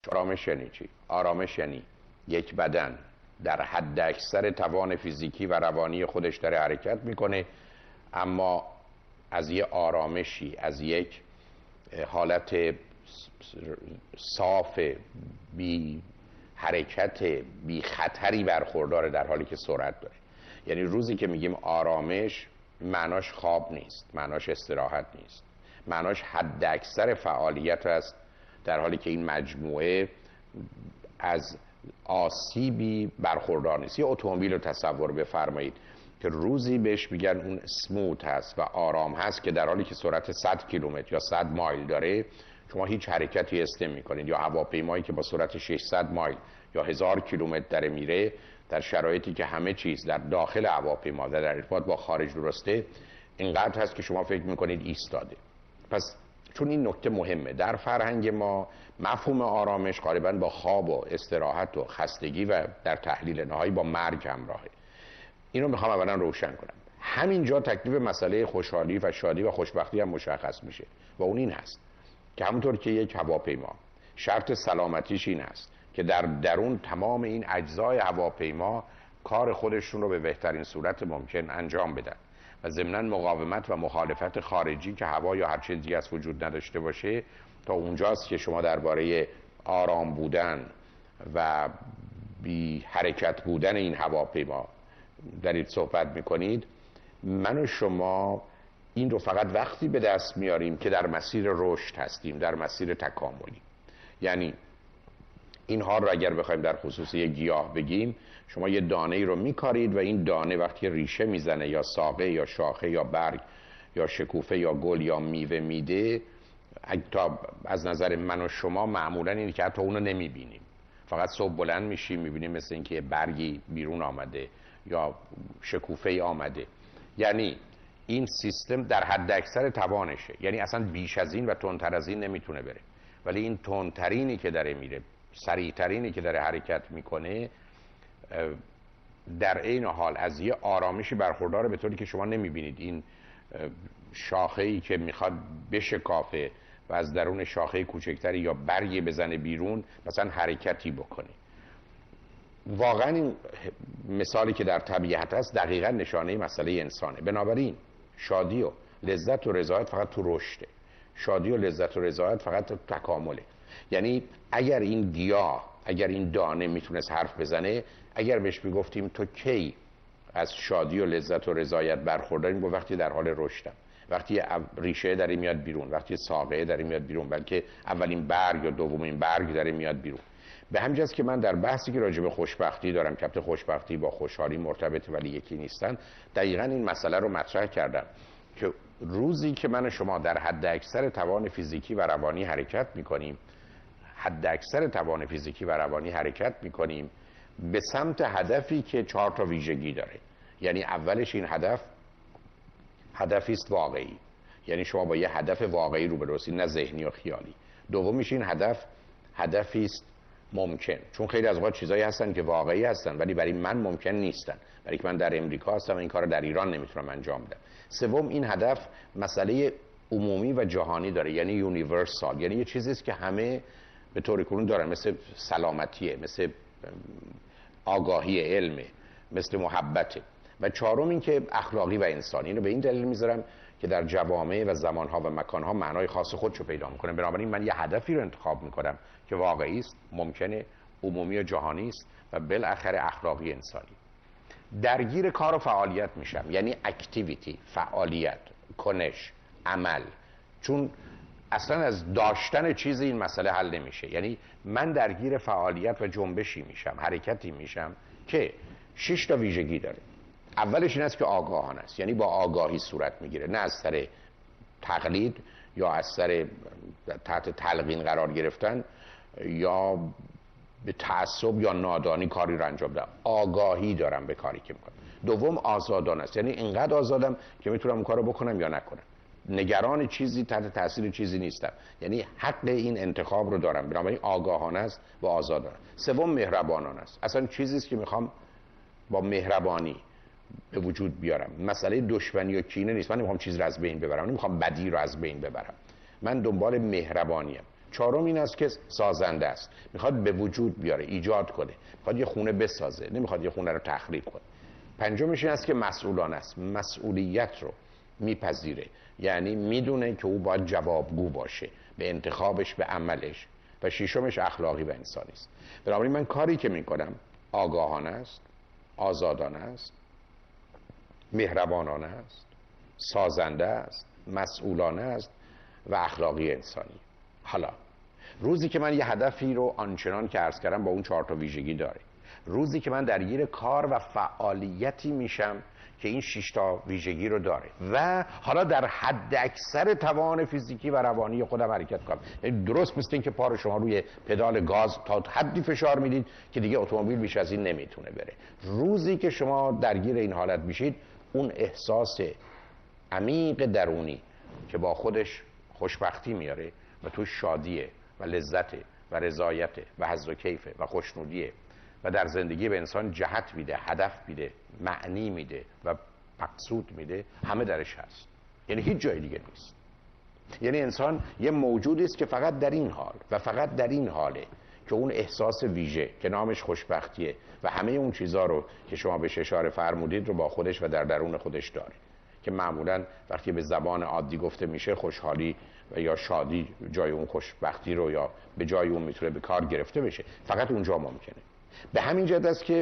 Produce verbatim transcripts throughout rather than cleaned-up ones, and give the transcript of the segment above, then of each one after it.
آرامش یعنی چی؟ آرامش یعنی یک بدن در حد اکثر توان فیزیکی و روانی خودش داره حرکت میکنه، اما از یه آرامشی، از یک حالت صاف، بی حرکت، بی خطری برخورداره، در حالی که سرعت داره. یعنی روزی که میگیم آرامش، معناش خواب نیست، معناش استراحت نیست، معناش حد اکثر فعالیت است، در حالی که این مجموعه از آسیبی برخوردار نیست. یه اتومبیل رو تصور بفرمایید که روزی بهش میگن اون اسموت هست و آرام هست، که در حالی که سرعت صد کیلومتر یا صد مایل داره شما هیچ حرکتی حس نمی‌کنید، یا هواپیمایی که با سرعت ششصد مایل یا هزار کیلومتر داره میره، در شرایطی که همه چیز در داخل هواپیما و در ارتباط با خارج درسته، اینقدر هست که شما فکر میکنید ایستاده. پس چون این نکته مهمه در فرهنگ ما، مفهوم آرامش غالبا با خواب و استراحت و خستگی و در تحلیل نهایی با مرگ همراهه. اینو میخوام اولا روشن کنم. همینجا تکلیف مسئله خوشحالی و شادی و خوشبختی هم مشخص میشه و اون این هست که همونطور که یک هواپیما شرط سلامتیش این هست که در درون تمام این اجزای هواپیما کار خودشون رو به بهترین صورت ممکن انجام بدن و ضمناً مقاومت و مخالفت خارجی که هوا یا هر چیزی از وجود نداشته باشه، تا اونجاست که شما درباره آرام بودن و بی حرکت بودن این هواپیما دارید صحبت میکنید. من و شما این رو فقط وقتی به دست میاریم که در مسیر رشد هستیم، در مسیر تکاملی. یعنی اینها رو اگر بخوایم در خصوص یک گیاه بگیم، شما یه دانه ای رو میکارید و این دانه وقتی ریشه میزنه یا ساقه یا شاخه یا برگ یا شکوفه یا گل یا میوه میده، تا از نظر من و شما معمولا اینه که حتی اونو نمیبینیم، فقط صبح بلند میشیم میبینیم مثل اینکه یه برگی بیرون آمده یا شکوفه آمده. یعنی این سیستم در حد اکثر توانشه، یعنی اصلا بیش از این و تندتر از این نمیتونه بره، ولی این تندترینی که داره میره، سریعترینی که داره حرکت میکنه، در این حال از یه آرامشی برخورداره، به طوری که شما نمیبینید این شاخه‌ای که میخواد بشکافه و از درون شاخه کوچکتری یا برگی بزنه بیرون مثلا حرکتی بکنه. واقعا این مثالی که در طبیعت هست دقیقا نشانه مسئله انسانه. بنابراین شادی و لذت و رضایت فقط تو رشده، شادی و لذت و رضایت فقط تو تکامله. یعنی اگر این گیاه، اگر این دانه میتونست حرف بزنه، اگر بهش میگفتیم تو کی از شادی و لذت و رضایت برخورداری، با وقتی در حال رشدم، وقتی ریشه داره میاد بیرون، وقتی ساقه داره میاد بیرون، بلکه اولین برگ یا دومین برگ داره میاد بیرون. به همین جاست که من در بحثی که راجع به خوشبختی دارم، که خوشبختی با خوشحالی مرتبط ولی یکی نیستن، دقیقاً این مسئله رو مطرح کردم که روزی که من و شما در حد اکثر توان فیزیکی و روانی حرکت میکنیم، حد اکثر توان فیزیکی و روانی حرکت میکنیم به سمت هدفی که چهار تا ویژگی داره. یعنی اولش این هدف هدفی است واقعی، یعنی شما با یه هدف واقعی روبرو هستید، نه ذهنی و خیالی. دومیش این هدف هدفی است ممکن، چون خیلی از اوقات چیزایی هستن که واقعی هستن ولی برای من ممکن نیستن، برای که من در امریکا هستم و این کار در ایران نمیتونم انجام بدم. سوم این هدف مسئله عمومی و جهانی داره، یعنی یونیورسال، یعنی یه چیزی است که همه به طور کلی دارن، مثل سلامتیه، مثل آگاهی، علمه، مثل محبته. و چهارم این که اخلاقی و انسانی. اینو به این دلیل میذارم که در جوامع و زمانها و مکانها معنای خاص خودشو پیدا میکنه. بنابراین من یه هدفی رو انتخاب میکنم که واقعی است، ممکنه، عمومی و جهانی است و بالاخره اخلاقی انسانی. درگیر کار و فعالیت میشم، یعنی اکتیویتی، فعالیت، کنش، عمل. چون اصلا از داشتن چیزی این مسئله حل نمیشه. یعنی من درگیر فعالیت و جنبشی میشم، حرکتی میشم که شش تا ویژگی داره. اولش این است که آگاهانه است، یعنی با آگاهی صورت میگیره، نه از سر تقلید یا از سر تحت تلقین قرار گرفتن یا به تعصب یا نادانی کاری رو انجام بدم. آگاهی دارم به کاری که میکنم. دوم آزادانه است، یعنی اینقدر آزادم که میتونم اون کارو بکنم یا نکنم، نگران چیزی، تحت تاثیر چیزی نیستم، یعنی حق این انتخاب رو دارم. بنابراین آگاهانه است و آزادانه. سوم مهربانانه است، اصلا چیزی است که میخوام با مهربانی به وجود بیارم. مسئله دشمنی و کینه نیست، من نمیخوام چیز رو از بین ببرم، نمیخوام بدی رو از بین ببرم، من دنبال مهربانیم. چهارم این است که سازنده است، میخواد به وجود بیاره، ایجاد کنه، میخواد یه خونه بسازه، نمیخواد یه خونه رو تخریب کنه. پنجمش این است که مسئولانه است، مسئولیت رو میپذیره، یعنی میدونه که او باید جوابگو باشه به انتخابش، به عملش. و ششمش اخلاقی و انسانی است. بنابراین من کاری که میکنم آگاهانه است، آزادانه است، مهربانانه است، سازنده است، مسئولانه است و اخلاقی انسانی. حالا روزی که من یه هدفی رو آنچنان که عرض کردم با اون چهار تا ویژگی داره، روزی که من درگیر کار و فعالیتی میشم که این شش تا ویژگی رو داره و حالا در حد اکثر توان فیزیکی و روانی خودم حرکت کنم، یعنی درست مثل این که پا شما روی پدال گاز تا حدی فشار میدید که دیگه اتومبیل بیش از این نمیتونه بره، روزی که شما درگیر این حالت میشید، اون احساس عمیق درونی که با خودش خوشبختی میاره و تو شادیه و لذته و رضایته و حظ و کیفه و خوشنودیه و در زندگی به انسان جهت میده، هدف میده، معنی میده و مقصود میده، همه درش هست. یعنی هیچ جای دیگه نیست. یعنی انسان یه موجودی است که فقط در این حال و فقط در این حاله که اون احساس ویژه که نامش خوشبختیه و همه اون چیزا رو که شما بهش اشاره فرمودید رو با خودش و در درون خودش داره، که معمولا وقتی به زبان عادی گفته میشه خوشحالی و یا شادی جای اون خوشبختی رو یا به جای اون میتونه به کار گرفته بشه، فقط اونجا ممکنه. به همین جهت است که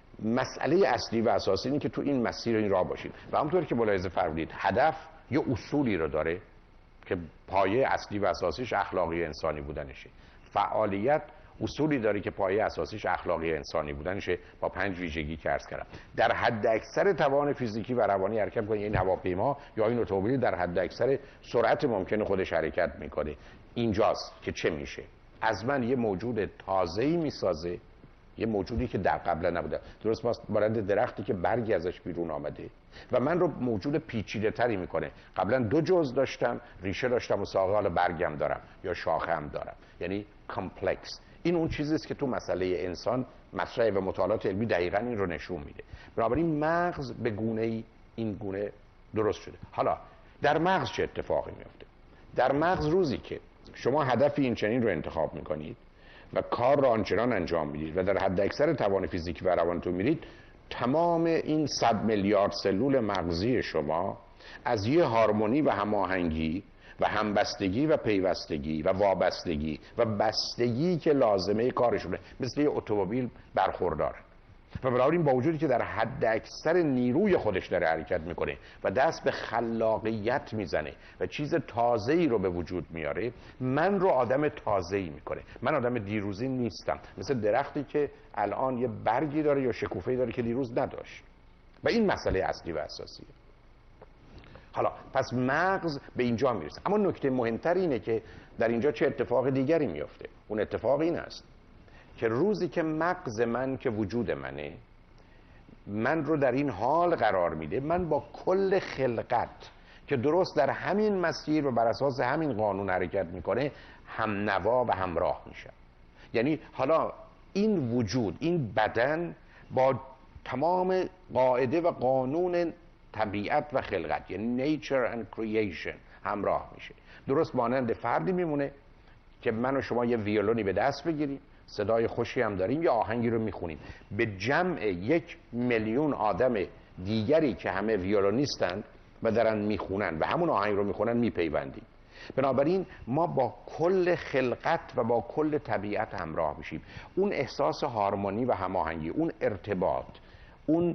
مسئله اصلی و اساسی اینه که تو این مسیر این راه باشید و همونطور که ملاحظه فرمودید هدف یه اصولی رو داره که پایه اصلی و اساسیش اخلاقی انسانی بودنشه. فعالیت اصولی داره که پایه اساسیش اخلاقی انسانی بودنشه با پنج ویژگی که عرض کردم. در حد اکثر توان فیزیکی و روانی حرکت کنه. این هواپیما یا این اتومبیل در حد اکثر سرعت ممکن خودش حرکت میکنه. اینجاست که چه میشه؟ از من یه موجود تازه‌ای میسازه، یه موجودی که در قبلا نبوده، درست مانند درختی که برگی ازش بیرون آمده و من رو موجود پیچیده تری میکنه. قبلا دو جزء داشتم، ریشه داشتم و ساقه، حالا برگم دارم یا شاخه هم دارم، یعنی کامپلکس. این اون چیزی است که تو مسئله انسان مطرحه و مطالعات علمی دقیقاً این رو نشون میده. بنابراین مغز به گونه‌ای این گونه درست شده. حالا در مغز چه اتفاقی میفته؟ در مغز روزی که شما هدفی این چنین رو انتخاب میکنید و کار را آنچنان انجام میدید و در حد اکثر توان فیزیکی و روانتون میرید، تمام این صد میلیارد سلول مغزی شما از یه هارمونی و هماهنگی و همبستگی و پیوستگی و وابستگی و بستگی که لازمه کارشونه مثل یه اتومبیل برخورداره و بنابراین با وجودی که در حد اکثر نیروی خودش داره حرکت میکنه و دست به خلاقیت میزنه و چیز تازه‌ای رو به وجود میاره، من رو آدم تازه‌ای میکنه. من آدم دیروزی نیستم، مثل درختی که الان یه برگی داره یا شکوفه‌ای داره که دیروز نداشت و این مسئله اصلی و اساسیه. حالا پس مغز به اینجا میرسه، اما نکته مهمتر اینه که در اینجا چه اتفاق دیگری میفته. اون اتفاق این است که روزی که مغز من که وجود منه من رو در این حال قرار میده، من با کل خلقت که درست در همین مسیر و بر اساس همین قانون حرکت میکنه هم نوا و همراه میشم. یعنی حالا این وجود، این بدن با تمام قاعده و قانون طبیعت و خلقت، یعنی nature and creation همراه میشه. درست مانند فردی میمونه که من و شما یه ویولونی به دست بگیریم، صدای خوشی هم داریم، یه آهنگی رو میخونیم، به جمع یک میلیون آدم دیگری که همه ویولونیستند و دارن میخونن و همون آهنگ رو میخونن میپیوندیم. بنابراین ما با کل خلقت و با کل طبیعت همراه میشیم. اون احساس هارمونی و هماهنگی، اون ارتباط، اون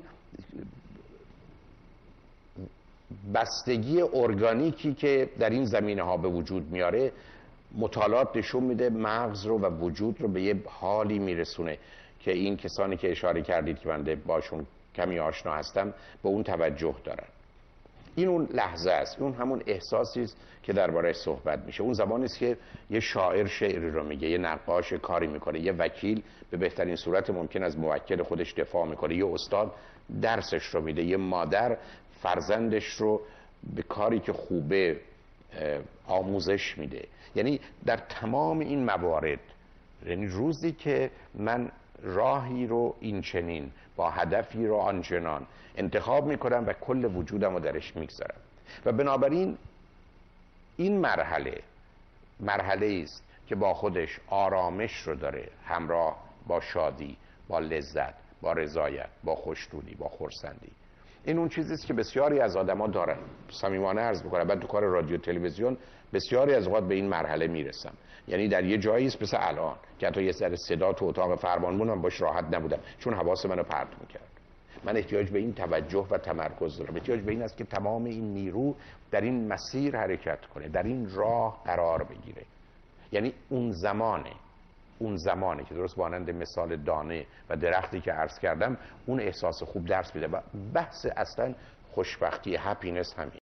بستگی ارگانیکی که در این زمینه ها به وجود میاره، مطالعات نشون میده مغز رو و وجود رو به یه حالی میرسونه که این کسانی که اشاره کردید که من باشون کمی آشنا هستم به اون توجه دارن. این اون لحظه است، اون همون احساسی است که درباره‌اش صحبت میشه. اون زمانی است که یه شاعر شعری رو میگه، یه نقاش کاری میکنه، یه وکیل به بهترین صورت ممکن از موکل خودش دفاع میکنه، یه استاد درسش رو میده، یه مادر فرزندش رو به کاری که خوبه آموزش میده. یعنی در تمام این موارد، یعنی روزی که من راهی رو این چنین با هدفی رو آنچنان انتخاب میکنم و کل وجودم رو درش میگذارم و بنابراین این مرحله مرحله است که با خودش آرامش رو داره، همراه با شادی، با لذت، با رضایت، با خوشنودی، با خرسندی. این اون چیزی است که بسیاری از آدما دارن. صمیمانه عرض می‌کنم بعد تو کار رادیو تلویزیون بسیاری از اوقات به این مرحله میرسم. یعنی در یه جایی است مثل الان که حتی یه ذره صدا تو اتاق فرمانبونم باش راحت نبودم چون حواس منو پرت می‌کرد. من احتیاج به این توجه و تمرکز دارم. احتیاج به این است که تمام این نیرو در این مسیر حرکت کنه، در این راه قرار بگیره. یعنی اون زمانه اون زمانه که درست مانند مثال دانه و درختی که عرض کردم اون احساس خوب درس میده و بحث اصلا خوشبختی هپینس همین.